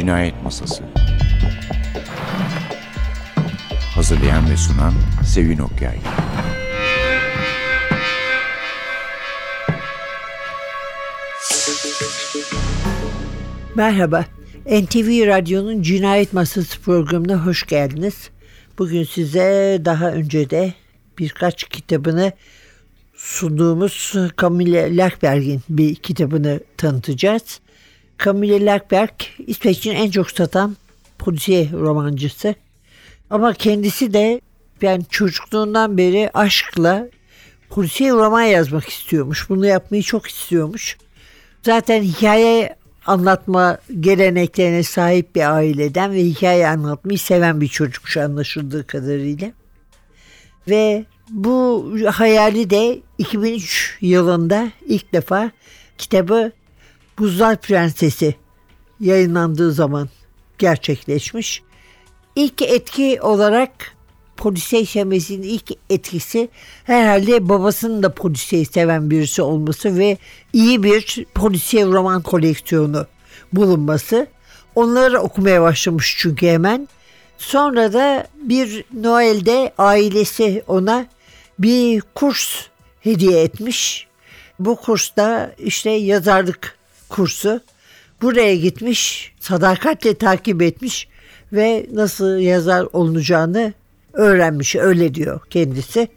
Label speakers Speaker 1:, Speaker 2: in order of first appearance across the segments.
Speaker 1: Cinayet Masası. Hazırlayan ve sunan Sevin Okyay.
Speaker 2: Merhaba, NTV Radyo'nun Cinayet Masası programına hoş geldiniz. Bugün size daha önce de birkaç kitabını sunduğumuz Camilla Läckberg'in bir kitabını tanıtacağız. Camilla Läckberg, İsveç'in en çok satan polisiye romancısı. Ama kendisi de çocukluğundan beri aşkla polisiye roman yazmak istiyormuş. Bunu yapmayı çok istiyormuş. Zaten hikaye anlatma geleneklerine sahip bir aileden ve hikaye anlatmayı seven bir çocukmuş anlaşıldığı kadarıyla. Ve bu hayali de 2003 yılında ilk defa kitabı Buzlar Prensesi yayınlandığı zaman gerçekleşmiş. İlk etki olarak polisiye sevmesinin ilk etkisi herhalde babasının da polisiye seven birisi olması ve iyi bir polisiye roman koleksiyonu bulunması. Onları okumaya başlamış çünkü hemen. Sonra da bir Noel'de ailesi ona bir kurs hediye etmiş. Bu kursta işte yazarlık kursu. Buraya gitmiş, sadakatle takip etmiş ve nasıl yazar olunacağını öğrenmiş, öyle diyor kendisi.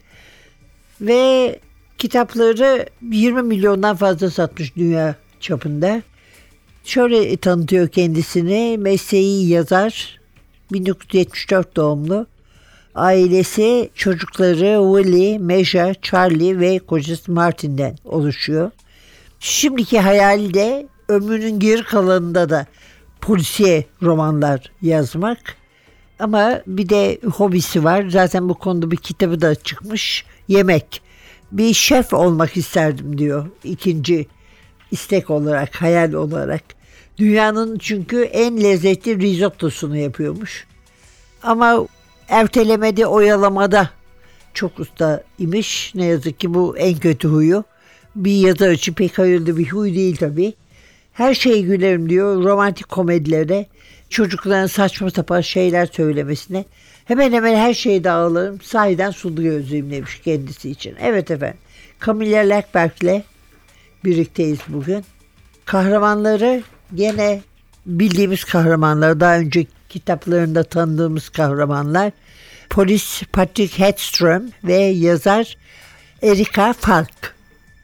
Speaker 2: Ve kitapları 20 milyondan fazla satmış dünya çapında. Şöyle tanıtıyor kendisini: mesleği yazar, 1974 doğumlu. Ailesi, çocukları Willie, Meja, Charlie ve kocası Martin'den oluşuyor. Şimdiki hayali de ömrünün geri kalanında da polisiye romanlar yazmak. Ama bir de hobisi var. Zaten bu konuda bir kitabı da çıkmış. Yemek. Bir şef olmak isterdim diyor. İkinci istek olarak, hayal olarak. Dünyanın çünkü en lezzetli risottosunu yapıyormuş. Ama ertelemede, oyalamada çok usta imiş. Ne yazık ki bu en kötü huyu. Bir yazar için pek hayırlı bir huy değil tabii. Her şeye gülerim diyor. Romantik komedilere, çocukların saçma sapan şeyler söylemesine, hemen hemen her şeye dağılırım. Sahiden sulu gözlüyüm demiş kendisi için. Evet efendim. Camilla Läckberg'le birlikteyiz bugün. Kahramanları gene bildiğimiz kahramanlar. Daha önce kitaplarında tanıdığımız kahramanlar. Polis Patrick Hedström ve yazar Erika Falk.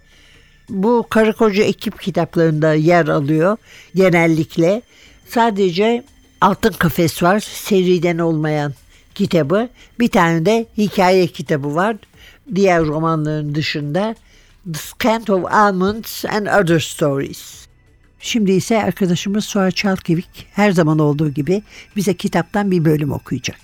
Speaker 2: Bu karı koca ekip kitaplarında yer alıyor genellikle. Sadece Altın Kafes var, seriden olmayan kitabı. Bir tane de hikaye kitabı var diğer romanların dışında. The Scent of Almonds and Other Stories. Şimdi ise arkadaşımız Suha Çalkevik her zaman olduğu gibi bize kitaptan bir bölüm okuyacak.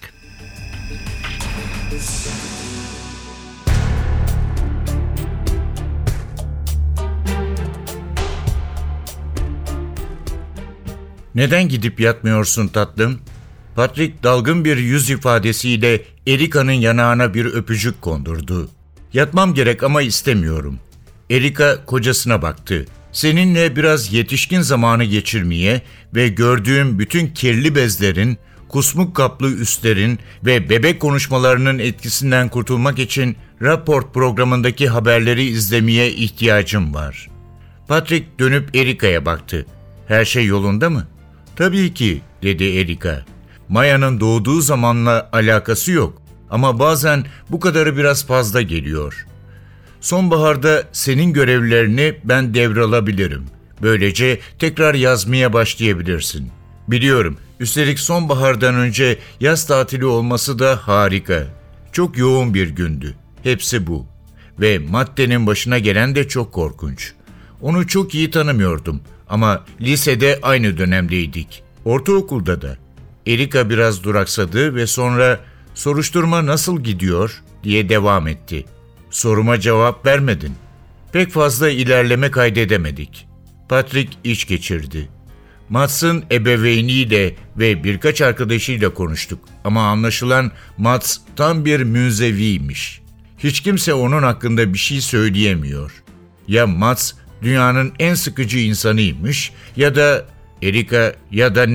Speaker 3: "Neden gidip yatmıyorsun tatlım?" Patrick dalgın bir yüz ifadesiyle Erika'nın yanağına bir öpücük kondurdu. "Yatmam gerek ama istemiyorum." Erika kocasına baktı. "Seninle biraz yetişkin zamanı geçirmeye ve gördüğüm bütün kirli bezlerin, kusmuk kaplı üstlerin ve bebek konuşmalarının etkisinden kurtulmak için Rapport programındaki haberleri izlemeye ihtiyacım var." Patrick dönüp Erika'ya baktı. "Her şey yolunda mı?" "Tabii ki," dedi Erika. "Maya'nın doğduğu zamanla alakası yok ama bazen bu kadarı biraz fazla geliyor. Sonbaharda senin görevlerini ben devralabilirim. Böylece tekrar yazmaya başlayabilirsin. Biliyorum, üstelik sonbahardan önce yaz tatili olması da harika. Çok yoğun bir gündü. Hepsi bu. Ve maddenin başına gelen de çok korkunç. Onu çok iyi tanımıyordum. Ama lisede aynı dönemdeydik. Ortaokulda da." Erika biraz duraksadı ve sonra "Soruşturma nasıl gidiyor?" diye devam etti. "Soruma cevap vermedin." "Pek fazla ilerleme kaydedemedik." Patrick iç geçirdi. Mats'ın ebeveyniyle ve birkaç arkadaşıyla konuştuk ama anlaşılan Mats tam bir münzeviymiş. Hiç kimse onun hakkında bir şey söyleyemiyor. Ya Mats dünyanın en sıkıcı insanıymış ya da Erika ya da ne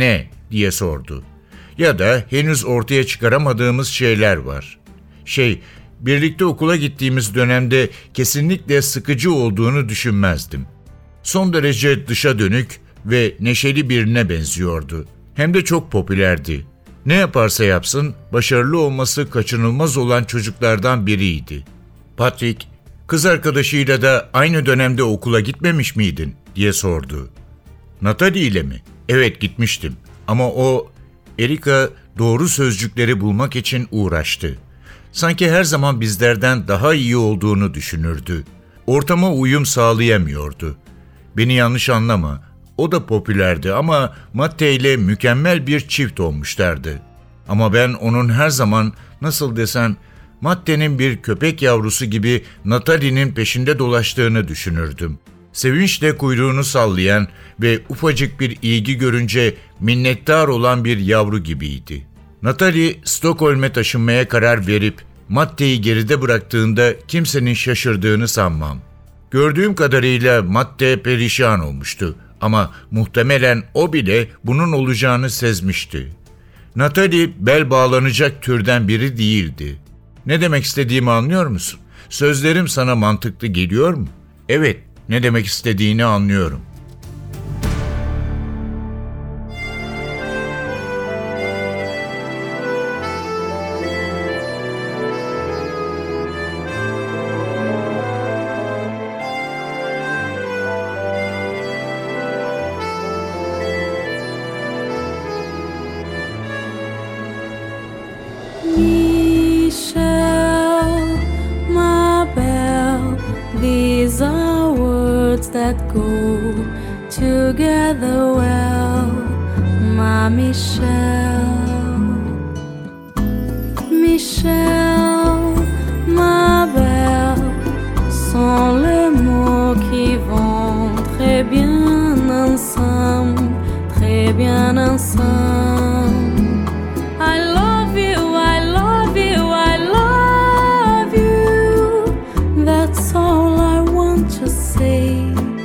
Speaker 3: diye sordu. Ya da henüz ortaya çıkaramadığımız şeyler var. Birlikte okula gittiğimiz dönemde kesinlikle sıkıcı olduğunu düşünmezdim. Son derece dışa dönük ve neşeli birine benziyordu. Hem de çok popülerdi. Ne yaparsa yapsın başarılı olması kaçınılmaz olan çocuklardan biriydi. Patrick, kız arkadaşıyla da aynı dönemde okula gitmemiş miydin diye sordu. Natalie ile mi? Evet, gitmiştim. Ama Erika doğru sözcükleri bulmak için uğraştı. Sanki her zaman bizlerden daha iyi olduğunu düşünürdü. Ortama uyum sağlayamıyordu. Beni yanlış anlama, o da popülerdi ama Matte ile mükemmel bir çift olmuşlardı. Ama ben onun her zaman, nasıl desem, Matte'nin bir köpek yavrusu gibi Natalie'nin peşinde dolaştığını düşünürdüm. Sevinçle kuyruğunu sallayan ve ufacık bir ilgi görünce minnettar olan bir yavru gibiydi. Natalie, Stockholm'e taşınmaya karar verip Matte'yi geride bıraktığında kimsenin şaşırdığını sanmam. Gördüğüm kadarıyla Matte perişan olmuştu ama muhtemelen o bile bunun olacağını sezmişti. Natalie bel bağlanacak türden biri değildi. Ne demek istediğimi anlıyor musun? Sözlerim sana mantıklı geliyor mu? Evet, ne demek istediğini anlıyorum.
Speaker 4: Michelle, my belle, these are words that go together well, my Michelle. Michelle, my belle, sont les mots qui vont très bien ensemble, très bien ensemble. I love you, I love you, I love you. That's all I want to say.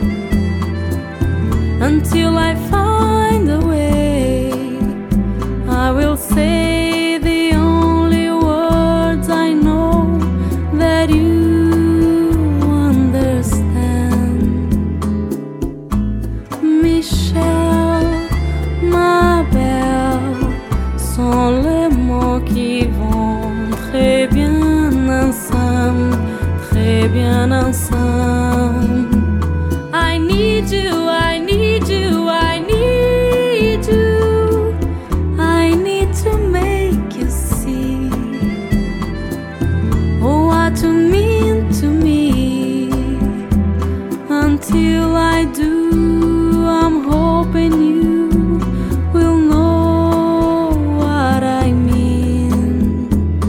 Speaker 4: Until I find a way, I will say the only words I know that you understand. Michelle, ma belle, sont les mots qui vont très bien ensemble, très bien ensemble. I need you, I need you, I need you. I need to make you see what you mean to me. Until I do, I'm hoping you will know what I mean.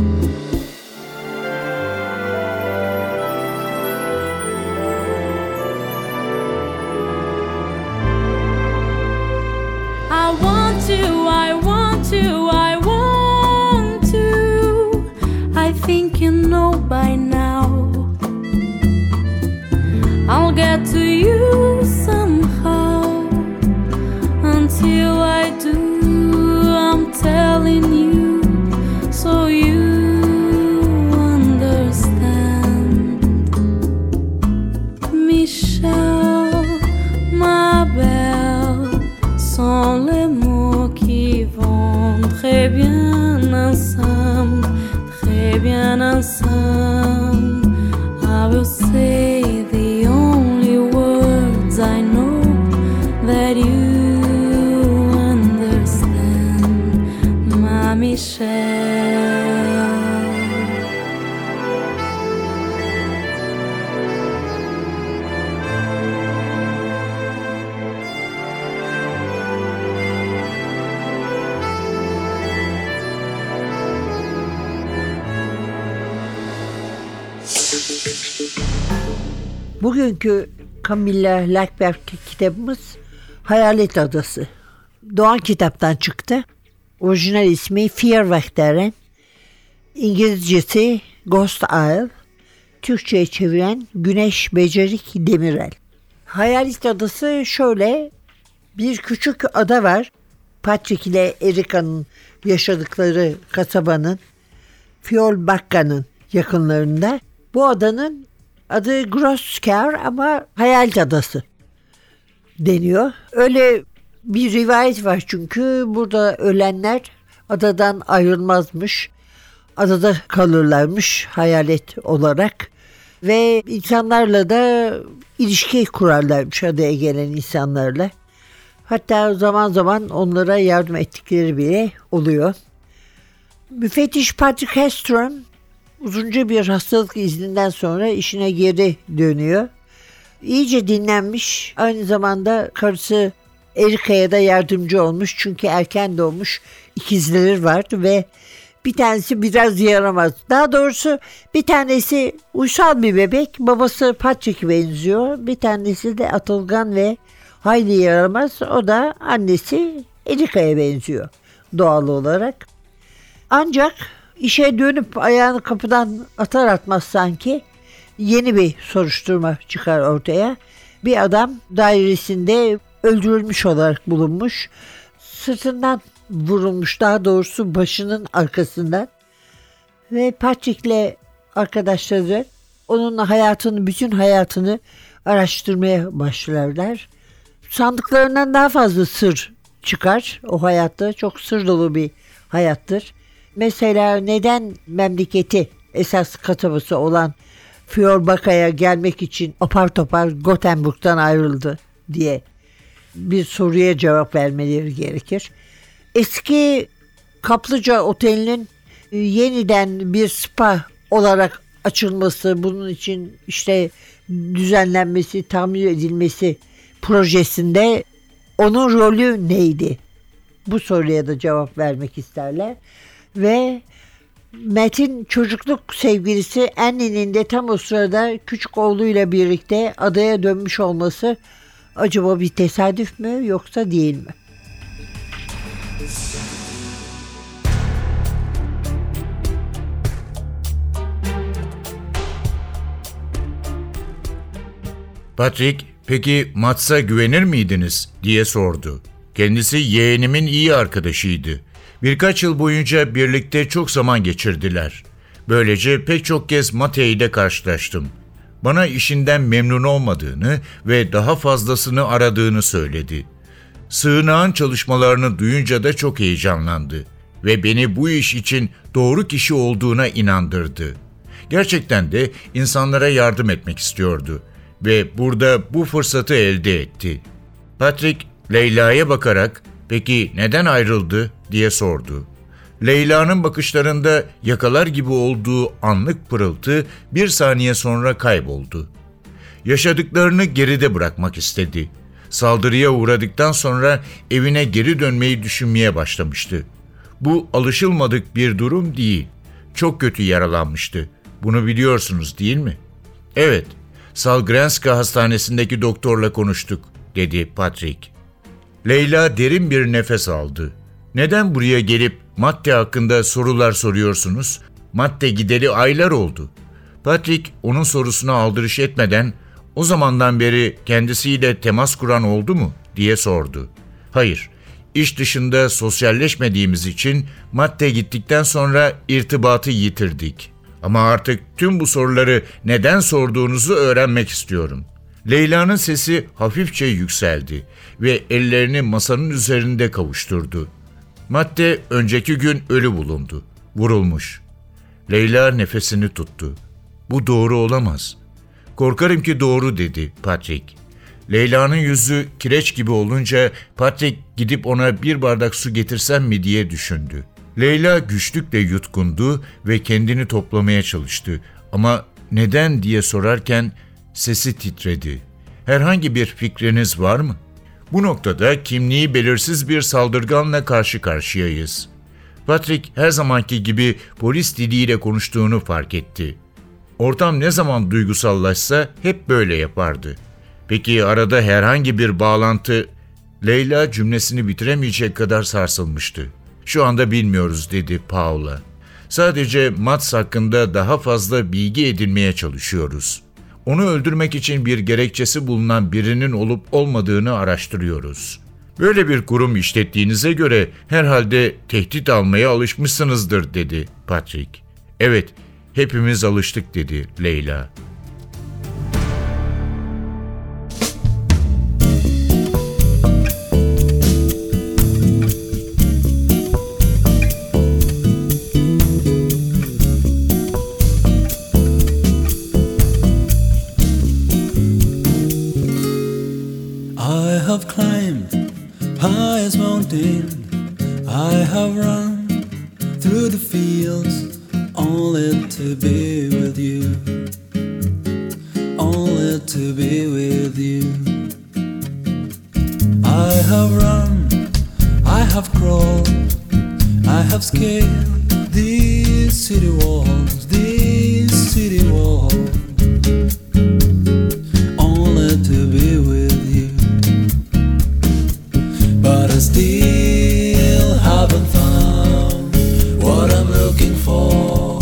Speaker 4: I want you, I want you, I want to. I think you know by now. I'll get to you somehow. Until I do, I'm telling you so you understand. Michelle, ma belle, sont les mots qui vont très bien ensemble, très bien ensemble. I will say the only words I know that you understand, my Michelle.
Speaker 2: Bugünkü Camilla Läckberg kitabımız Hayalet Adası. Doğan Kitap'tan çıktı. Orijinal ismi Fyrverkeren, İngilizcesi Ghost Isle, Türkçe'ye çeviren Güneş Becerik Demirel. Hayalet Adası şöyle, bir küçük ada var. Patrick ile Erica'nın yaşadıkları kasabanın Fjordbakka'nın yakınlarında. Bu adanın adı Grosskär ama Hayal Adası deniyor. Öyle bir rivayet var çünkü burada ölenler adadan ayrılmazmış. Adada kalırlarmış hayalet olarak ve insanlarla da ilişki kurarlarmış, adaya gelen insanlarla. Hatta zaman zaman onlara yardım ettikleri bile oluyor. Müfettiş Patrick Hellstrom uzunca bir hastalık izninden sonra işine geri dönüyor. İyice dinlenmiş, aynı zamanda karısı Erica'ya da yardımcı olmuş çünkü erken doğmuş ikizleri var ve bir tanesi biraz yaramaz. Daha doğrusu bir tanesi uysal bir bebek, babası Patrick'e benziyor. Bir tanesi de atılgan ve hayli yaramaz, o da annesi Erica'ya benziyor doğal olarak. Ancak işe dönüp ayağını kapıdan atar atmaz sanki yeni bir soruşturma çıkar ortaya. Bir adam dairesinde öldürülmüş olarak bulunmuş. Sırtından vurulmuş, daha doğrusu başının arkasından. Ve Patrick'le arkadaşları onun bütün hayatını araştırmaya başlarlar. Sandıklarından daha fazla sır çıkar o hayatta. Çok sır dolu bir hayattır. Mesela neden memleketi esas kasabası olan Fjordbakka'ya gelmek için apar topar Gothenburg'dan ayrıldı diye bir soruya cevap vermeleri gerekir. Eski Kaplıca Oteli'nin yeniden bir spa olarak açılması, bunun için işte düzenlenmesi, tamir edilmesi projesinde onun rolü neydi? Bu soruya da cevap vermek isterler. Ve Matt'in çocukluk sevgilisi Annie'nin de tam o sırada küçük oğluyla birlikte adaya dönmüş olması acaba bir tesadüf mü yoksa değil mi?
Speaker 3: Patrick, peki Matts'a güvenir miydiniz diye sordu. Kendisi yeğenimin iyi arkadaşıydı. Birkaç yıl boyunca birlikte çok zaman geçirdiler. Böylece pek çok kez Mate ile karşılaştım. Bana işinden memnun olmadığını ve daha fazlasını aradığını söyledi. Sığınağın çalışmalarını duyunca da çok heyecanlandı ve beni bu iş için doğru kişi olduğuna inandırdı. Gerçekten de insanlara yardım etmek istiyordu ve burada bu fırsatı elde etti. Patrick, Leyla'ya bakarak "Peki neden ayrıldı?" diye sordu. Leyla'nın bakışlarında yakalar gibi olduğu anlık pırıltı bir saniye sonra kayboldu. Yaşadıklarını geride bırakmak istedi. Saldırıya uğradıktan sonra evine geri dönmeyi düşünmeye başlamıştı. Bu alışılmadık bir durum değil. Çok kötü yaralanmıştı. Bunu biliyorsunuz değil mi? Evet, Sahlgrenska hastanesindeki doktorla konuştuk, dedi Patrick. Leyla derin bir nefes aldı. Neden buraya gelip Matte hakkında sorular soruyorsunuz? Matte gideli aylar oldu. Patrick onun sorusuna aldırış etmeden o zamandan beri kendisiyle temas kuran oldu mu diye sordu. Hayır, iş dışında sosyalleşmediğimiz için Matte gittikten sonra irtibatı yitirdik. Ama artık tüm bu soruları neden sorduğunuzu öğrenmek istiyorum. Leyla'nın sesi hafifçe yükseldi ve ellerini masanın üzerinde kavuşturdu. Matte önceki gün ölü bulundu, vurulmuş. Leyla nefesini tuttu. Bu doğru olamaz. Korkarım ki doğru, dedi Patrick. Leyla'nın yüzü kireç gibi olunca Patrick gidip ona bir bardak su getirsem mi diye düşündü. Leyla güçlükle yutkundu ve kendini toplamaya çalıştı. Ama neden diye sorarken sesi titredi. Herhangi bir fikriniz var mı? Bu noktada kimliği belirsiz bir saldırganla karşı karşıyayız. Patrick her zamanki gibi polis diliyle konuştuğunu fark etti. Ortam ne zaman duygusallaşsa hep böyle yapardı. Peki arada herhangi bir bağlantı... Leyla cümlesini bitiremeyecek kadar sarsılmıştı. Şu anda bilmiyoruz, dedi Paula. Sadece Mats hakkında daha fazla bilgi edinmeye çalışıyoruz. Onu öldürmek için bir gerekçesi bulunan birinin olup olmadığını araştırıyoruz. Böyle bir kurum işlettiğinize göre herhalde tehdit almaya alışmışsınızdır dedi Patrick. Evet, hepimiz alıştık dedi Leyla.
Speaker 5: I have climbed highest mountain, I have run through the fields, only to be with you, only to be with you. I have run, I have crawled, I have scaled these city walls, only to be with you. But I still haven't found what I'm looking for.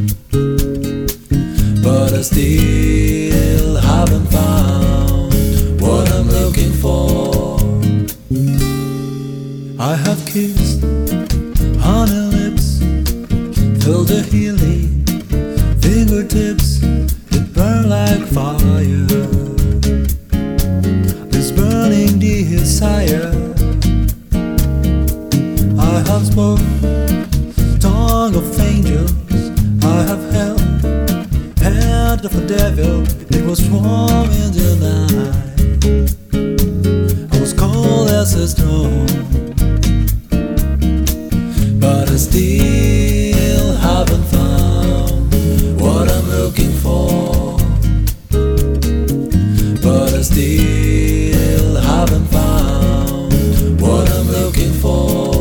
Speaker 5: But I still haven't found what I'm looking for. I have kissed honey lips, felt the healing fingertips that burn like fire. This burning desire, I have spoken tongue of angels, I have held hand of the devil. It was warm in the night, I was cold as a stone. But I still haven't found what I'm looking for. But I still haven't found what I'm looking for.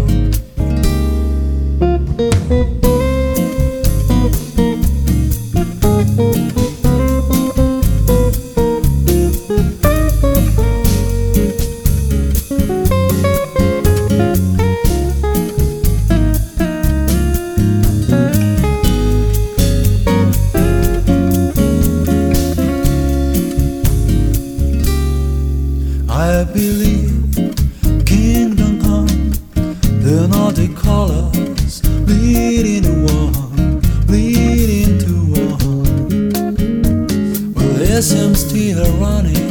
Speaker 5: I believe kingdom come, the Nordic colors leading to one, leading to one. Well, yes, I'm still running.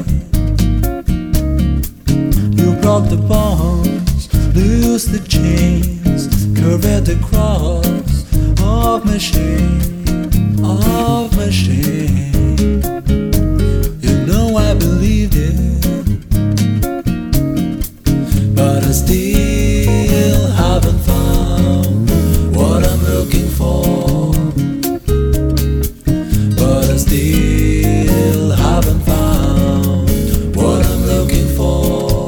Speaker 5: You broke the bonds, loose the chains, curve at the cross of my shame, of my shame. You know I believed it. But I still haven't found what I'm looking for. But I still haven't found what I'm looking for.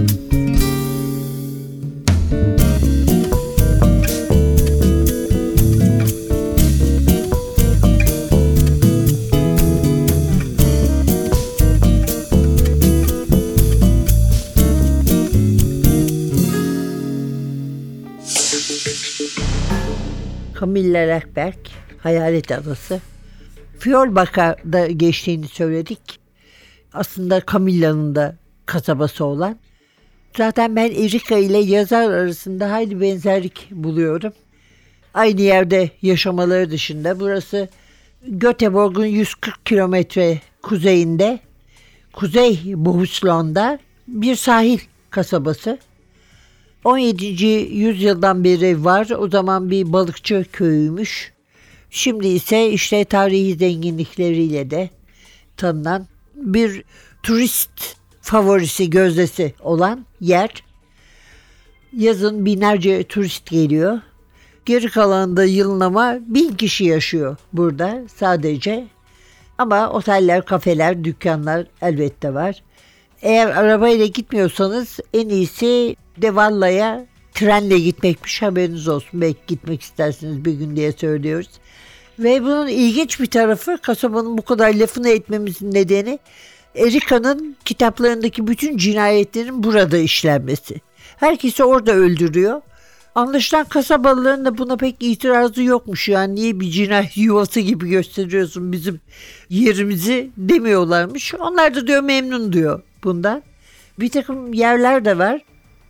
Speaker 2: Camilla Läckberg, Hayalet Adası. Fjällbacka'da geçtiğini söyledik. Aslında Camilla'nın da kasabası olan. Zaten ben Erika ile yazar arasında hayli benzerlik buluyorum. Aynı yerde yaşamaları dışında burası Göteborg'un 140 kilometre kuzeyinde, Kuzey Bohuslän'da bir sahil kasabası. 17. yüzyıldan beri var. O zaman bir balıkçı köyüymüş. Şimdi ise işte tarihi zenginlikleriyle de tanınan bir turist favorisi, gözdesi olan yer. Yazın binlerce turist geliyor. Geri kalanında yılın 1000 kişi yaşıyor burada sadece. Ama oteller, kafeler, dükkanlar elbette var. Eğer arabayla gitmiyorsanız en iyisi Devalla'ya trenle gitmekmiş, haberiniz olsun. Belki gitmek istersiniz bir gün diye söylüyoruz. Ve bunun ilginç bir tarafı, kasabanın bu kadar lafını etmemizin nedeni Erika'nın kitaplarındaki bütün cinayetlerin burada işlenmesi. Herkesi orada öldürüyor. Anlaşılan kasabalıların da buna pek itirazı yokmuş. Yani niye bir cinayet yuvası gibi gösteriyorsun bizim yerimizi demiyorlarmış. Onlar da diyor memnun diyor bundan. Bir takım yerler de var.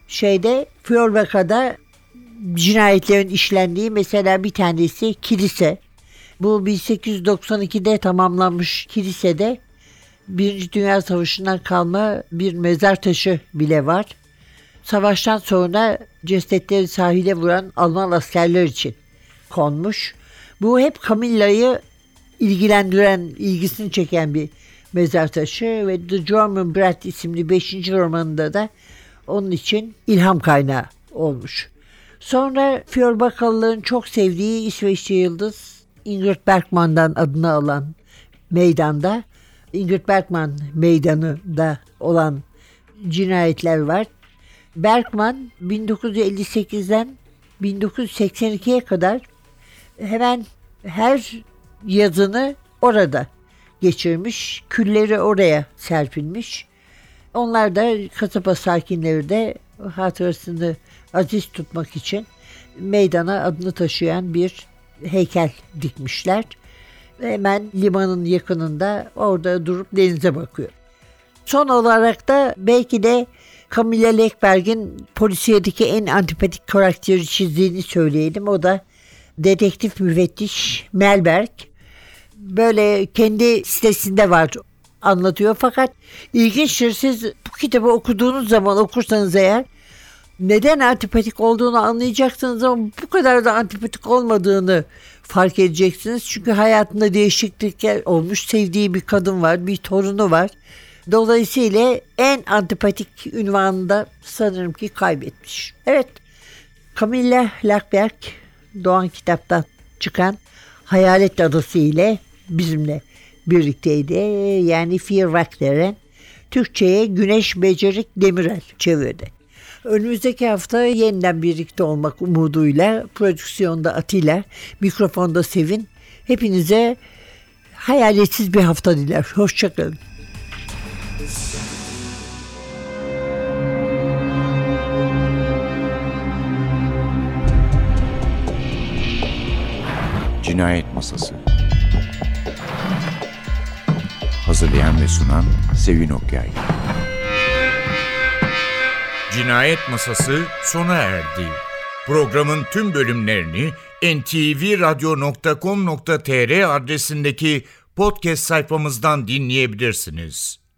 Speaker 2: Feuerbach'da cinayetlerin işlendiği, mesela bir tanesi kilise. Bu 1892'de tamamlanmış kilisede Birinci Dünya Savaşı'ndan kalma bir mezar taşı bile var. Savaştan sonra cesetleri sahile vuran Alman askerler için konmuş. Bu hep Camilla'yı ilgilendiren, ilgisini çeken bir mezar taşı ve The German Brat isimli 5. romanında da onun için ilham kaynağı olmuş. Sonra Feuerbach'lıların çok sevdiği İsveçli yıldız Ingrid Bergman'dan adını alan meydanda, Ingrid Bergman meydanında olan cinayetler var. Bergman 1958'den 1982'ye kadar hemen her yazını orada geçirmiş. Külleri oraya serpilmiş. Onlar da kasaba sakinleri de hatırasını aziz tutmak için meydana adını taşıyan bir heykel dikmişler. Hemen limanın yakınında orada durup denize bakıyor. Son olarak da belki de Camilla Läckberg'in polisiyedeki en antipatik karakteri çizdiğini söyleyelim. O da dedektif müfettiş Melberg. Böyle kendi sitesinde var, anlatıyor. Fakat ilginçtir, siz bu kitabı okuduğunuz zaman, okursanız eğer, neden antipatik olduğunu anlayacaksınız ama bu kadar da antipatik olmadığını fark edeceksiniz. Çünkü hayatında değişiklikler olmuş, sevdiği bir kadın var, bir torunu var. Dolayısıyla en antipatik ünvanını da sanırım ki kaybetmiş. Evet, Camilla Läckberg Doğan Kitap'tan çıkan Hayalet Adası ile bizimle birlikteydi. Yani Feuerbach'lerin Türkçe'ye Güneş Becerik Demirel çevirdi. Önümüzdeki hafta yeniden birlikte olmak umuduyla, prodüksiyonda Atilla, mikrofonda Sevin. Hepinize hayaletsiz bir hafta diler. Hoşçakalın.
Speaker 1: Cinayet Masası. Hazırlayan ve sunan Sevin Okyay.
Speaker 3: Cinayet Masası sona erdi. Programın tüm bölümlerini ntvradio.com.tr adresindeki podcast sayfamızdan dinleyebilirsiniz.